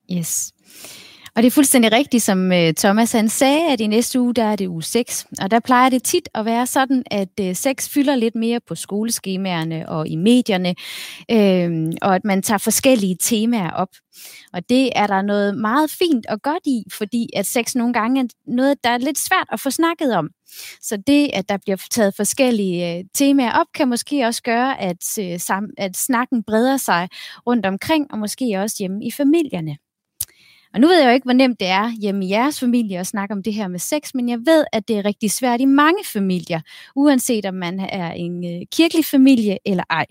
Yes. Og det er fuldstændig rigtigt, som Thomas han sagde, at i næste uge, der er det uge 6. Og der plejer det tit at være sådan, at sex fylder lidt mere på skoleskemaerne og i medierne, og at man tager forskellige temaer op. Og det er der noget meget fint og godt i, fordi at sex nogle gange er noget, der er lidt svært at få snakket om. Så det, at der bliver taget forskellige temaer op, kan måske også gøre, at snakken breder sig rundt omkring, og måske også hjemme i familierne. Og nu ved jeg jo ikke, hvor nemt det er hjemme i jeres familie at snakke om det her med sex, men jeg ved, at det er rigtig svært i mange familier, uanset om man er en kirkelig familie eller ej.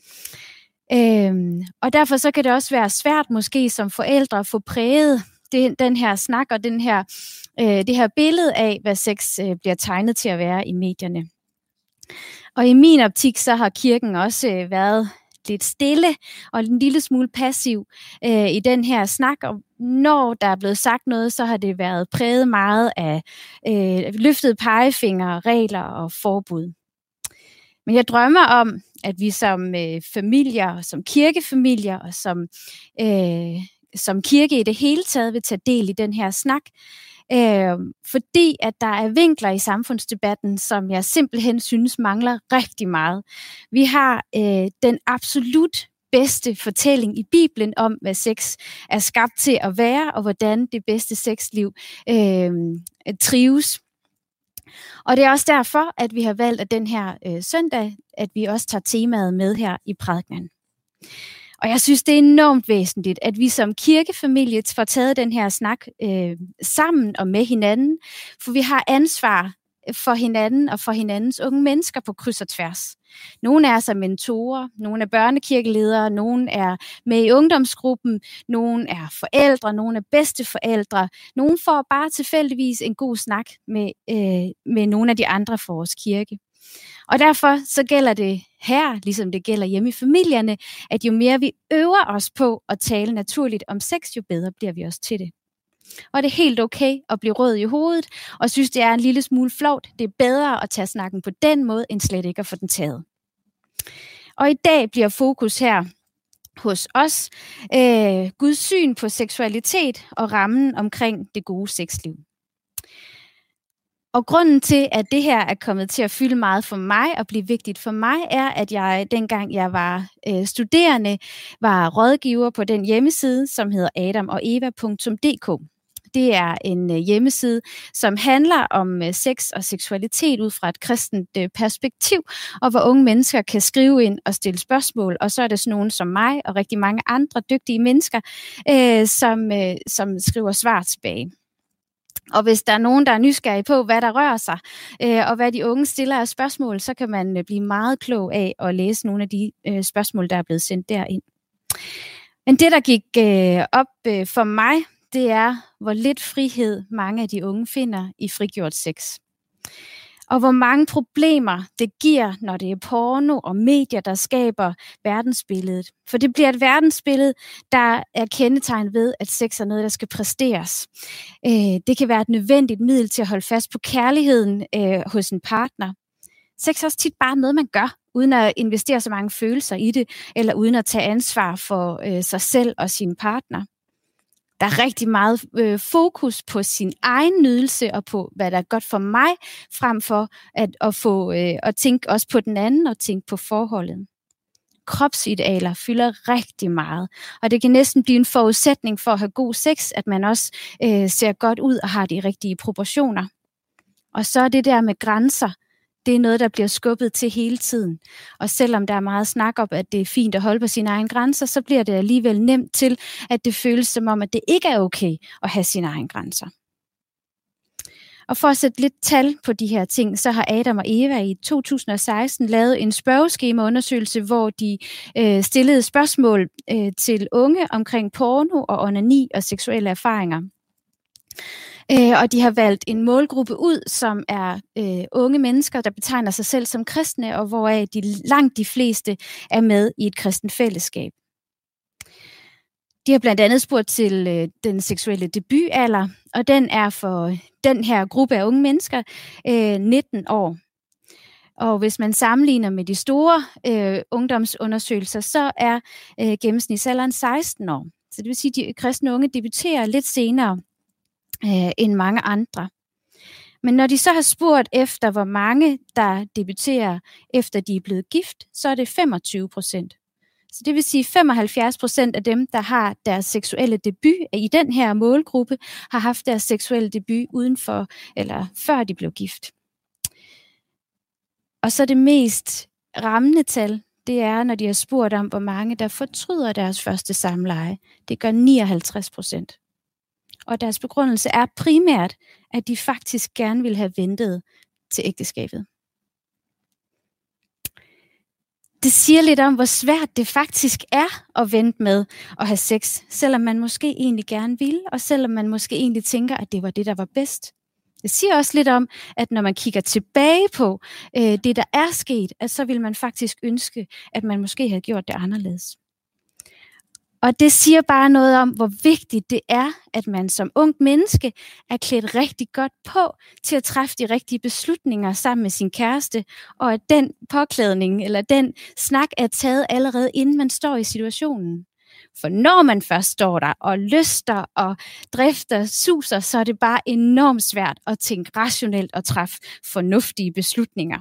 Og derfor så kan det også være svært måske som forældre at få præget den her snak og det her billede af, hvad sex bliver tegnet til at være i medierne. Og i min optik, så har kirken også været lidt stille og en lille smule passiv i den her snak. Og når der er blevet sagt noget, så har det været præget meget af løftede pegefinger, regler og forbud. Men jeg drømmer om, at vi som familier, som kirkefamilier og som kirke i det hele taget vil tage del i den her snak, fordi at der er vinkler i samfundsdebatten, som jeg simpelthen synes mangler rigtig meget. Vi har den absolut bedste fortælling i Bibelen om, hvad sex er skabt til at være, og hvordan det bedste sexliv trives. Og det er også derfor, at vi har valgt, at den her søndag, at vi også tager temaet med her i prædikenen. Og jeg synes, det er enormt væsentligt, at vi som kirkefamilie får taget den her snak sammen og med hinanden, for vi har ansvar for hinanden og for hinandens unge mennesker på kryds og tværs. Nogle er så mentorer, nogle er børnekirkeledere, nogle er med i ungdomsgruppen, nogle er forældre, nogle er bedsteforældre, nogle får bare tilfældigvis en god snak med nogle af de andre fra vores kirke. Og derfor så gælder det her, ligesom det gælder hjemme i familierne, at jo mere vi øver os på at tale naturligt om sex, jo bedre bliver vi også til det. Og det er helt okay at blive rød i hovedet, og synes, det er en lille smule flovt. Det er bedre at tage snakken på den måde, end slet ikke at få den taget. Og i dag bliver fokus her hos os Guds syn på seksualitet og rammen omkring det gode sexliv. Og grunden til, at det her er kommet til at fylde meget for mig og blive vigtigt for mig, er, at jeg, dengang jeg var studerende, var rådgiver på den hjemmeside, som hedder adamogeva.dk. Det er en hjemmeside, som handler om sex og seksualitet ud fra et kristent perspektiv, og hvor unge mennesker kan skrive ind og stille spørgsmål. Og så er det sådan nogen som mig og rigtig mange andre dygtige mennesker, som skriver svar tilbage. Og hvis der er nogen, der er nysgerrige på, hvad der rører sig, og hvad de unge stiller af spørgsmål, så kan man blive meget klog af at læse nogle af de spørgsmål, der er blevet sendt derind. Men det, der gik op for mig, det er, hvor lidt frihed mange af de unge finder i frigjort sex. Og hvor mange problemer det giver, når det er porno og medier, der skaber verdensbilledet. For det bliver et verdensbillede, der er kendetegnet ved, at sex er noget, der skal præsteres. Det kan være et nødvendigt middel til at holde fast på kærligheden hos en partner. Sex er også tit bare noget, man gør, uden at investere så mange følelser i det, eller uden at tage ansvar for sig selv og sin partner. Der er rigtig meget fokus på sin egen nydelse og på, hvad der er godt for mig, frem for at tænke også på den anden og tænke på forholdet. Kropsidealer fylder rigtig meget, og det kan næsten blive en forudsætning for at have god sex, at man også ser godt ud og har de rigtige proportioner. Og så er det der med grænser. Det er noget, der bliver skubbet til hele tiden. Og selvom der er meget snak om, at det er fint at holde på sine egne grænser, så bliver det alligevel nemt til, at det føles som om, at det ikke er okay at have sine egne grænser. Og for at sætte lidt tal på de her ting, så har Adam og Eva i 2016 lavet en spørgeskemaundersøgelse, hvor de stillede spørgsmål til unge omkring porno og onani og seksuelle erfaringer. Og de har valgt en målgruppe ud, som er unge mennesker, der betegner sig selv som kristne, og hvoraf langt de fleste er med i et kristent fællesskab. De har blandt andet spurgt til den seksuelle debutalder, og den er for den her gruppe af unge mennesker 19 år. Og hvis man sammenligner med de store ungdomsundersøgelser, så er gennemsnitsalderen 16 år. Så det vil sige, at de kristne unge debuterer lidt senere end mange andre. Men når de så har spurgt efter, hvor mange der debuterer efter de er blevet gift, så er det 25%. Så det vil sige, 75% af dem, der har deres seksuelle debut i den her målgruppe, har haft deres seksuelle debut udenfor eller før de blev gift. Og så det mest rammende tal, det er, når de har spurgt om, hvor mange der fortryder deres første samleje. Det gør 59%. Og deres begrundelse er primært, at de faktisk gerne vil have ventet til ægteskabet. Det siger lidt om, hvor svært det faktisk er at vente med at have sex, selvom man måske egentlig gerne vil, og selvom man måske egentlig tænker, at det var det, der var bedst. Det siger også lidt om, at når man kigger tilbage på det, der er sket, at så vil man faktisk ønske, at man måske havde gjort det anderledes. Og det siger bare noget om, hvor vigtigt det er, at man som ungt menneske er klædt rigtig godt på til at træffe de rigtige beslutninger sammen med sin kæreste, og at den påklædning eller den snak er taget allerede inden man står i situationen. For når man først står der og lyster og drifter, suser, så er det bare enormt svært at tænke rationelt og træffe fornuftige beslutninger.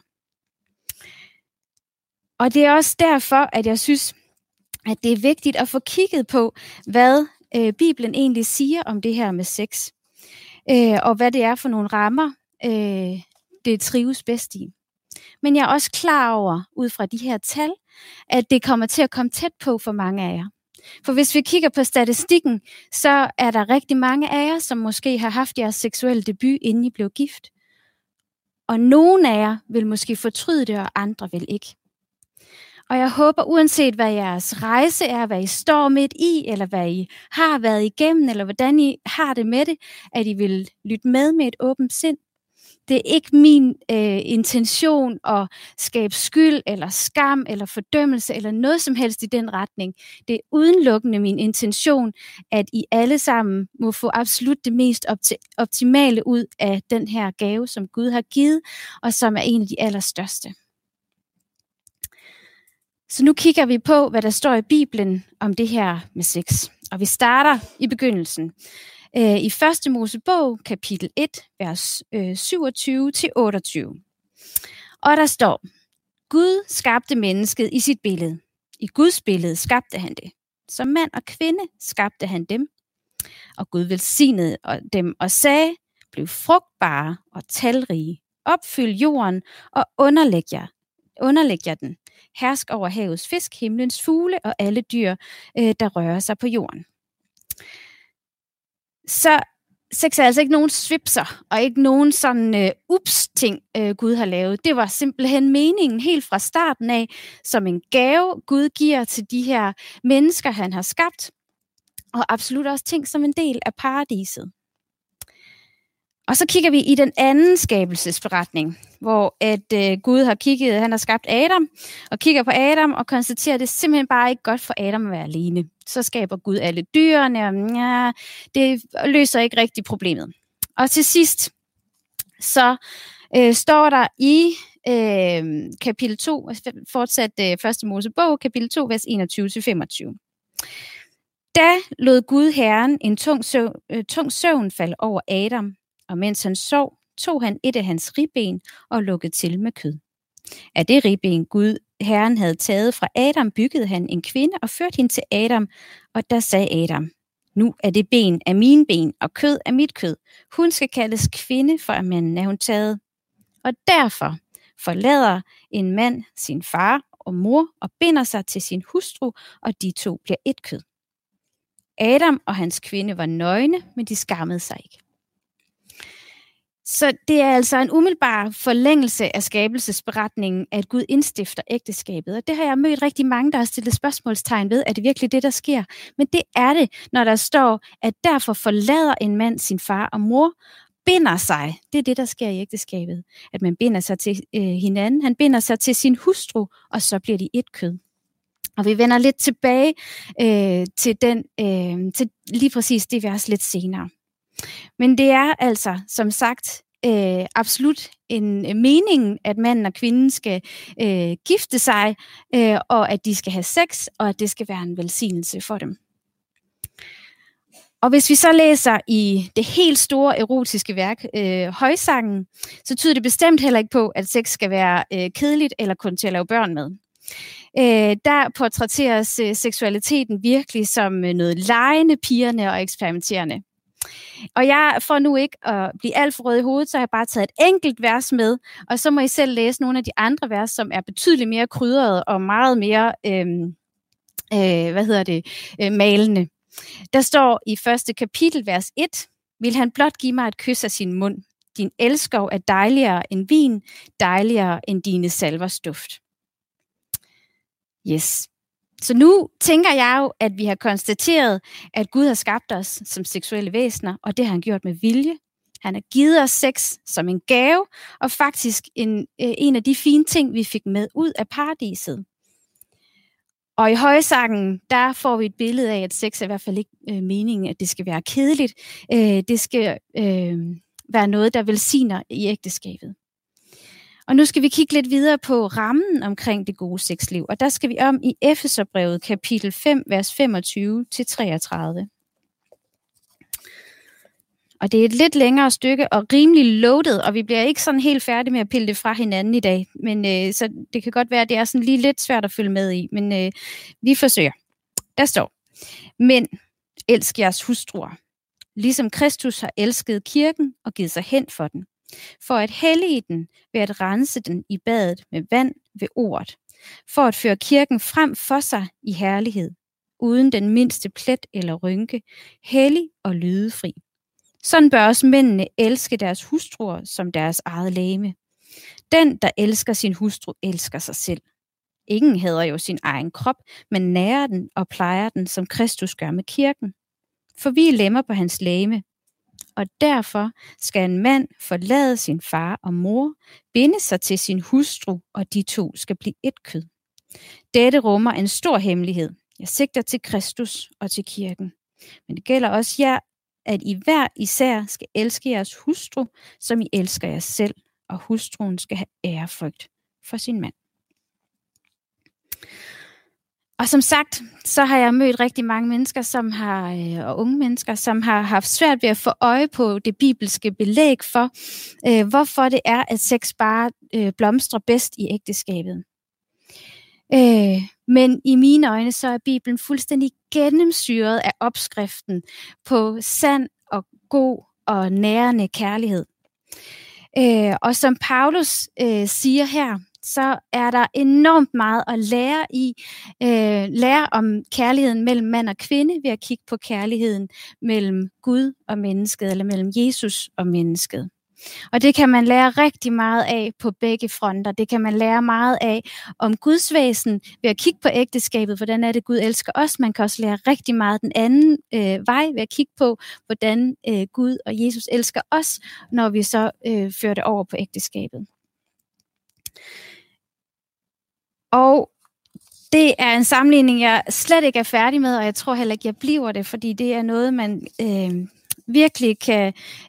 Og det er også derfor, at jeg synes, at det er vigtigt at få kigget på, hvad Bibelen egentlig siger om det her med sex, og hvad det er for nogle rammer, det trives bedst i. Men jeg er også klar over, ud fra de her tal, at det kommer til at komme tæt på for mange af jer. For hvis vi kigger på statistikken, så er der rigtig mange af jer, som måske har haft jeres seksuelle debut, inden I blev gift. Og nogle af jer vil måske fortryde det, og andre vil ikke. Og jeg håber, uanset hvad jeres rejse er, hvad I står midt i, eller hvad I har været igennem, eller hvordan I har det med det, at I vil lytte med et åbent sind. Det er ikke min intention at skabe skyld, eller skam, eller fordømmelse, eller noget som helst i den retning. Det er udelukkende min intention, at I alle sammen må få absolut det mest optimale ud af den her gave, som Gud har givet, og som er en af de allerstørste. Så nu kigger vi på, hvad der står i Bibelen om det her med sex. Og vi starter i begyndelsen. I 1. Mosebog, kapitel 1, vers 27-28. Og der står, Gud skabte mennesket i sit billede. I Guds billede skabte han det. Som mand og kvinde skabte han dem. Og Gud velsignede dem og sagde, bliv frugtbare og talrige. Opfyld jorden og underlæg jer den. Hersk over havets fisk, himlens fugle og alle dyr, der rører sig på jorden. Så sex er altså ikke nogen svipser, og ikke nogen sådan ting, Gud har lavet. Det var simpelthen meningen helt fra starten af, som en gave, Gud giver til de her mennesker, han har skabt, og absolut også ting som en del af paradiset. Og så kigger vi i den anden skabelsesberetning, hvor at Gud han har skabt Adam, og kigger på Adam og konstaterer, at det er simpelthen bare ikke godt for Adam at være alene. Så skaber Gud alle dyrene, og det løser ikke rigtig problemet. Og til sidst, så står der i kapitel 2, fortsat 1. Mosebog, kapitel 2, vers 21-25. Da lod Gud Herren en tung søvn falde over Adam, og mens han sov, tog han et af hans ribben og lukkede til med kød. Af det ribben Gud Herren havde taget fra Adam, byggede han en kvinde og førte hende til Adam, og der sagde Adam, nu er det ben af mine ben, og kød af mit kød. Hun skal kaldes kvinde, for af manden er hun taget. Og derfor forlader en mand sin far og mor og binder sig til sin hustru, og de to bliver et kød. Adam og hans kvinde var nøgne, men de skammede sig ikke. Så det er altså en umiddelbar forlængelse af skabelsesberetningen, at Gud indstifter ægteskabet. Og det har jeg mødt rigtig mange, der har stillet spørgsmålstegn ved, er det virkelig det, der sker? Men det er det, når der står, at derfor forlader en mand sin far og mor, binder sig. Det er det, der sker i ægteskabet. At man binder sig til hinanden. Han binder sig til sin hustru, og så bliver de et kød. Og vi vender lidt tilbage til lige præcis det vers lidt senere. Men det er altså, som sagt, absolut en mening, at manden og kvinden skal gifte sig, og at de skal have sex, og at det skal være en velsignelse for dem. Og hvis vi så læser i det helt store erotiske værk, Højsangen, så tyder det bestemt heller ikke på, at sex skal være kedeligt eller kun til at lave børn med. Der portrætteres seksualiteten virkelig som noget legende, pigerne og eksperimenterende. Og jeg får nu ikke at blive alt for rød i hovedet, så har jeg bare taget et enkelt vers med, og så må I selv læse nogle af de andre vers, som er betydeligt mere krydrede og meget mere malende. Der står i første kapitel, vers 1, vil han blot give mig et kys af sin mund. Din elskov er dejligere end vin, dejligere end dine salvers duft. Yes. Så nu tænker jeg jo, at vi har konstateret, at Gud har skabt os som seksuelle væsener, og det har han gjort med vilje. Han har givet os sex som en gave, og faktisk en af de fine ting, vi fik med ud af paradiset. Og i Højsangen, der får vi et billede af, at sex er i hvert fald ikke meningen, at det skal være kedeligt. Det skal være noget, der velsigner i ægteskabet. Og nu skal vi kigge lidt videre på rammen omkring det gode sexliv. Og der skal vi om i Efeserbrevet kapitel 5, vers 25-33. Og det er et lidt længere stykke og rimelig loaded, og vi bliver ikke sådan helt færdige med at pille det fra hinanden i dag. Men så det kan godt være, at det er sådan lige lidt svært at følge med i, men vi forsøger. Der står, men elsk jeres hustruer, ligesom Kristus har elsket kirken og givet sig hen for den, for at hellige den ved at rense den i badet med vand ved ordet, for at føre kirken frem for sig i herlighed, uden den mindste plet eller rynke, hellig og lydefri. Sådan bør også mændene elske deres hustruer som deres eget legeme. Den, der elsker sin hustru, elsker sig selv. Ingen hader jo sin egen krop, men nærer den og plejer den, som Kristus gør med kirken. For vi er lemmer på hans legeme. Og derfor skal en mand forlade sin far og mor, binde sig til sin hustru, og de to skal blive et kød. Dette rummer en stor hemmelighed. Jeg sigter til Kristus og til kirken. Men det gælder også jer, at I hver især skal elske jeres hustru, som I elsker jer selv, og hustruen skal have ærefrygt for sin mand. Og som sagt, så har jeg mødt rigtig mange mennesker, og unge mennesker, som har haft svært ved at få øje på det bibelske belæg for, hvorfor det er, at sex bare blomstrer bedst i ægteskabet. Men i mine øjne, så er Bibelen fuldstændig gennemsyret af opskriften på sand og god og nærende kærlighed. Og som Paulus siger her, så er der enormt meget at lære om kærligheden mellem mand og kvinde ved at kigge på kærligheden mellem Gud og mennesket, eller mellem Jesus og mennesket. Og det kan man lære rigtig meget af på begge fronter. Det kan man lære meget af om Guds væsen ved at kigge på ægteskabet, hvordan er det Gud elsker os. Man kan også lære rigtig meget den anden vej ved at kigge på, hvordan Gud og Jesus elsker os, når vi så fører det over på ægteskabet. Og det er en sammenligning, jeg slet ikke er færdig med, og jeg tror heller ikke, jeg bliver det, fordi det er noget, man virkelig kan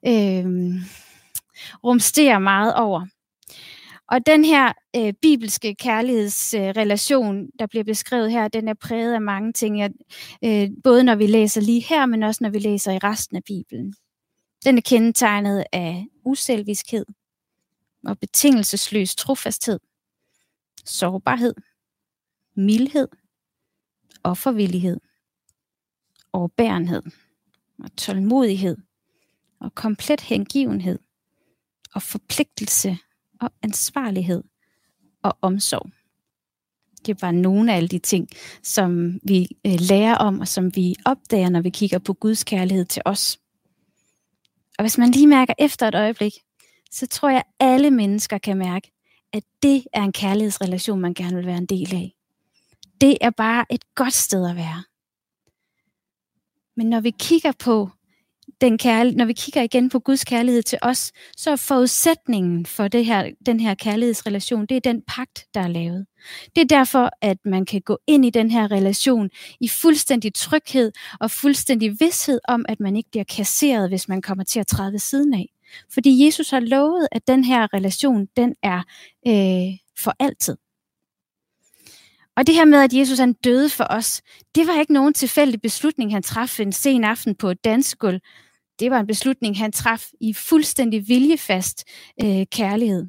rumstere meget over. Og den her bibelske kærlighedsrelation, der bliver beskrevet her, den er præget af mange ting, både når vi læser lige her, men også når vi læser i resten af Bibelen. Den er kendetegnet af uselviskhed og betingelsesløs trofasthed, sårbarhed, mildhed, offervillighed, overbærenhed og tålmodighed og komplet hengivenhed og forpligtelse og ansvarlighed og omsorg. Det er bare nogle af alle de ting, som vi lærer om, og som vi opdager, når vi kigger på Guds kærlighed til os. Og hvis man lige mærker efter et øjeblik, så tror jeg, at alle mennesker kan mærke, at det er en kærlighedsrelation, man gerne vil være en del af. Det er bare et godt sted at være. Men når vi kigger på når vi kigger igen på Guds kærlighed til os, så er forudsætningen for den her kærlighedsrelation, det er den pagt, der er lavet. Det er derfor, at man kan gå ind i den her relation i fuldstændig tryghed og fuldstændig vished om, at man ikke bliver kasseret, hvis man kommer til at træde ved siden af. Fordi Jesus har lovet, at den her relation, den er for altid. Og det her med, at Jesus han døde for os, det var ikke nogen tilfældig beslutning, han traf en sen aften på et dansegulv. Det var en beslutning, han traf i fuldstændig viljefast kærlighed.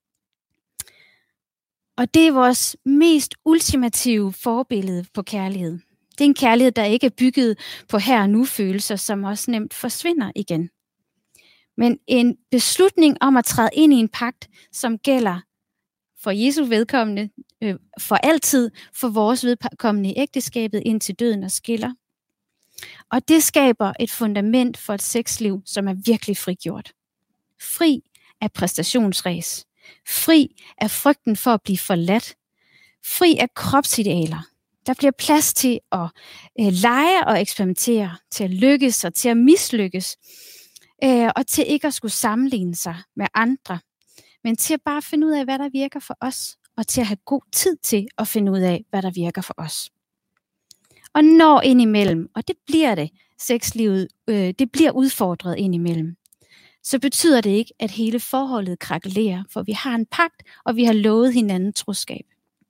Og det er vores mest ultimative forbillede på kærlighed. Det er en kærlighed, der ikke er bygget på her og nu følelser, som også nemt forsvinder igen. Men en beslutning om at træde ind i en pagt, som gælder for Jesu vedkommende, for altid, for vores vedkommende i ægteskabet indtil døden og skiller. Og det skaber et fundament for et sexliv, som er virkelig frigjort. Fri af præstationsræs. Fri af frygten for at blive forladt. Fri af kropsidealer. Der bliver plads til at lege og eksperimentere, til at lykkes og til at mislykkes, og til ikke at skulle sammenligne sig med andre, men til at bare finde ud af, hvad der virker for os, og til at have god tid til at finde ud af, hvad der virker for os. Og når indimellem, og det bliver det, sexlivet, det bliver udfordret indimellem, så betyder det ikke, at hele forholdet krakelerer, for vi har en pagt, og vi har lovet hinanden troskab.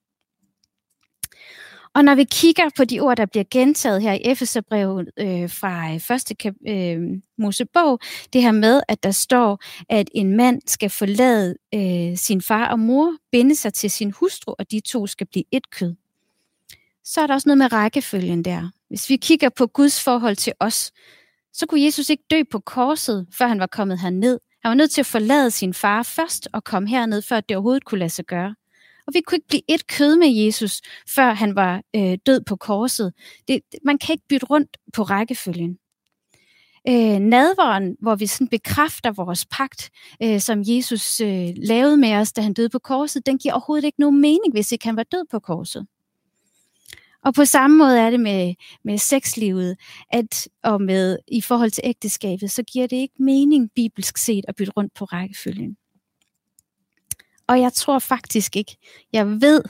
Og når vi kigger på de ord, der bliver gentaget her i Efeserbrevet fra 1. Mosebog, det her med, at der står, at en mand skal forlade sin far og mor, binde sig til sin hustru, og de to skal blive et kød. Så er der også noget med rækkefølgen der. Hvis vi kigger på Guds forhold til os, så kunne Jesus ikke dø på korset, før han var kommet herned. Han var nødt til at forlade sin far først og komme herned, før det overhovedet kunne lade sig gøre. Og vi kunne ikke blive et kød med Jesus, før han var død på korset. Man kan ikke bytte rundt på rækkefølgen. Nadveren, hvor vi sådan bekræfter vores pagt, som Jesus lavede med os, da han døde på korset, den giver overhovedet ikke nogen mening, hvis ikke han var død på korset. Og på samme måde er det med sexlivet, og med i forhold til ægteskabet, så giver det ikke mening bibelsk set at bytte rundt på rækkefølgen. Og jeg tror faktisk ikke, jeg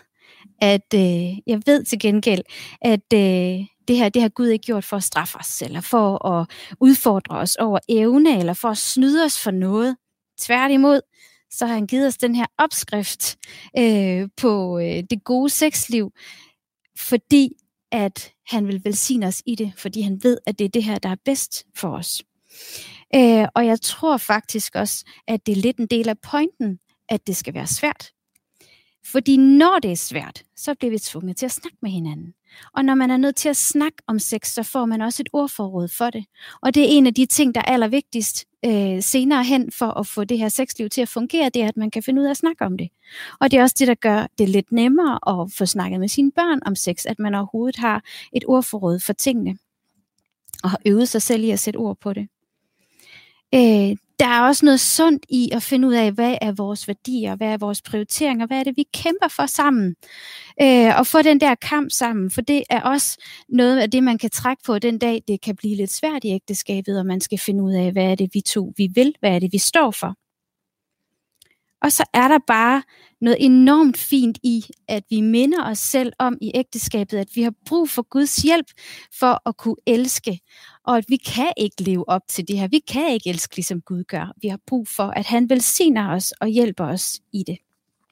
ved til gengæld, at det har Gud ikke gjort for at straffe os, eller for at udfordre os over evne, eller for at snyde os for noget. Tværtimod, så har han givet os den her opskrift på det gode sexliv, fordi at han vil velsigne os i det, fordi han ved, at det er det her, der er bedst for os. Og jeg tror faktisk også, at det er lidt en del af pointen, at det skal være svært. Fordi når det er svært, så bliver vi tvunget til at snakke med hinanden. Og når man er nødt til at snakke om sex, så får man også et ordforråd for det. Og det er en af de ting, der er allervigtigst senere hen for at få det her sexliv til at fungere, det er, at man kan finde ud af at snakke om det. Og det er også det, der gør det lidt nemmere at få snakket med sine børn om sex, at man overhovedet har et ordforråd for tingene, og har øvet sig selv i at sætte ord på det. Der er også noget sundt i at finde ud af, hvad er vores værdier, hvad er vores prioriteringer, hvad er det, vi kæmper for sammen. Og få den der kamp sammen, for det er også noget af det, man kan trække på den dag, det kan blive lidt svært i ægteskabet, og man skal finde ud af, hvad er det, vi vil, hvad er det, vi står for. Og så er der bare noget enormt fint i, at vi minder os selv om i ægteskabet, at vi har brug for Guds hjælp for at kunne elske. Og at vi kan ikke leve op til det her. Vi kan ikke elske, ligesom Gud gør. Vi har brug for, at han velsigner os og hjælper os i det.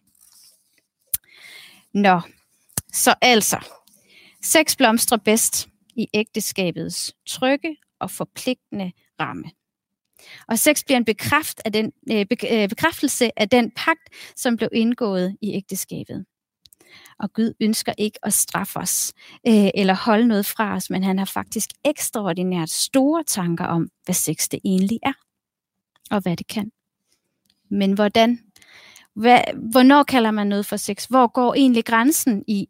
Nå, så altså. Sex blomstrer bedst i ægteskabets trygge og forpligtende ramme. Og sex bliver en bekræftelse af den pagt, som blev indgået i ægteskabet. Og Gud ønsker ikke at straffe os eller holde noget fra os, men han har faktisk ekstraordinært store tanker om, hvad sex det egentlig er, og hvad det kan. Men hvordan? Hvornår kalder man noget for sex? Hvor går egentlig grænsen i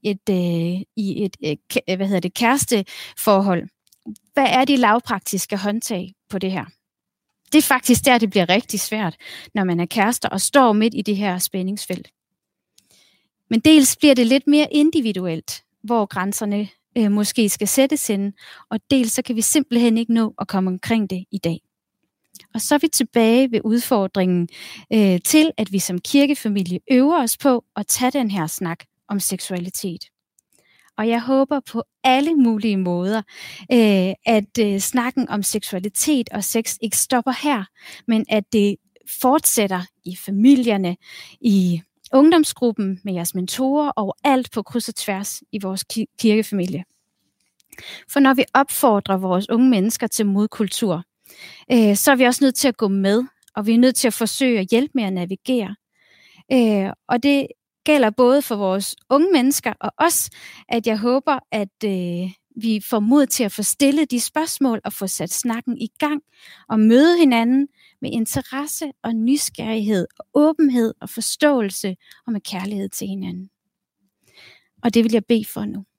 et kæresteforhold? Hvad er de lavpraktiske håndtag på det her? Det er faktisk der, det bliver rigtig svært, når man er kærester og står midt i det her spændingsfelt. Men dels bliver det lidt mere individuelt, hvor grænserne måske skal sættes hen, og dels så kan vi simpelthen ikke nå at komme omkring det i dag. Og så er vi tilbage ved udfordringen til, at vi som kirkefamilie øver os på at tage den her snak om seksualitet. Og jeg håber på alle mulige måder, at snakken om seksualitet og sex ikke stopper her, men at det fortsætter i familierne, i ungdomsgruppen, med jeres mentorer og alt på kryds og tværs i vores kirkefamilie. For når vi opfordrer vores unge mennesker til modkultur, så er vi også nødt til at gå med, og vi er nødt til at forsøge at hjælpe med at navigere. Og det gælder både for vores unge mennesker og os, at jeg håber, at vi får mod til at få stillet de spørgsmål og få sat snakken i gang og møde hinanden med interesse og nysgerrighed og åbenhed og forståelse og med kærlighed til hinanden. Og det vil jeg bede for nu.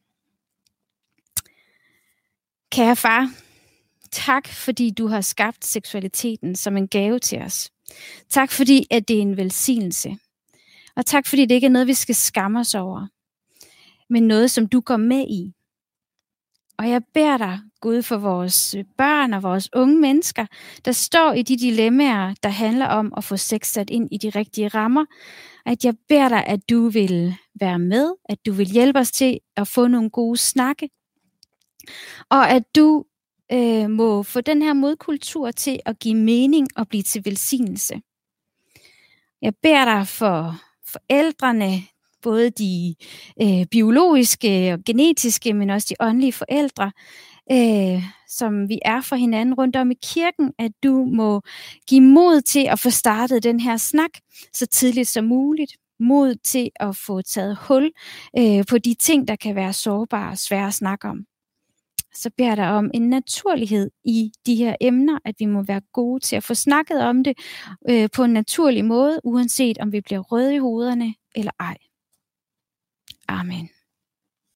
Kære far, tak fordi du har skabt seksualiteten som en gave til os. Tak fordi at det er en velsignelse. Og tak fordi det ikke er noget, vi skal skamme os over, men noget, som du går med i. Og jeg beder dig, Gud, for vores børn og vores unge mennesker, der står i de dilemmaer, der handler om at få sex sat ind i de rigtige rammer. At jeg beder dig, at du vil være med, at du vil hjælpe os til at få nogle gode snakke. Og at du må få den her modkultur til at give mening og blive til velsignelse. Jeg beder dig for forældrene, både de biologiske og genetiske, men også de åndelige forældre, som vi er for hinanden rundt om i kirken, at du må give mod til at få startet den her snak så tidligt som muligt. Mod til at få taget hul på de ting, der kan være sårbare og svære at snakke om. Så beder jeg dig om en naturlighed i de her emner, at vi må være gode til at få snakket om det på en naturlig måde, uanset om vi bliver røde i hovederne eller ej. Amen.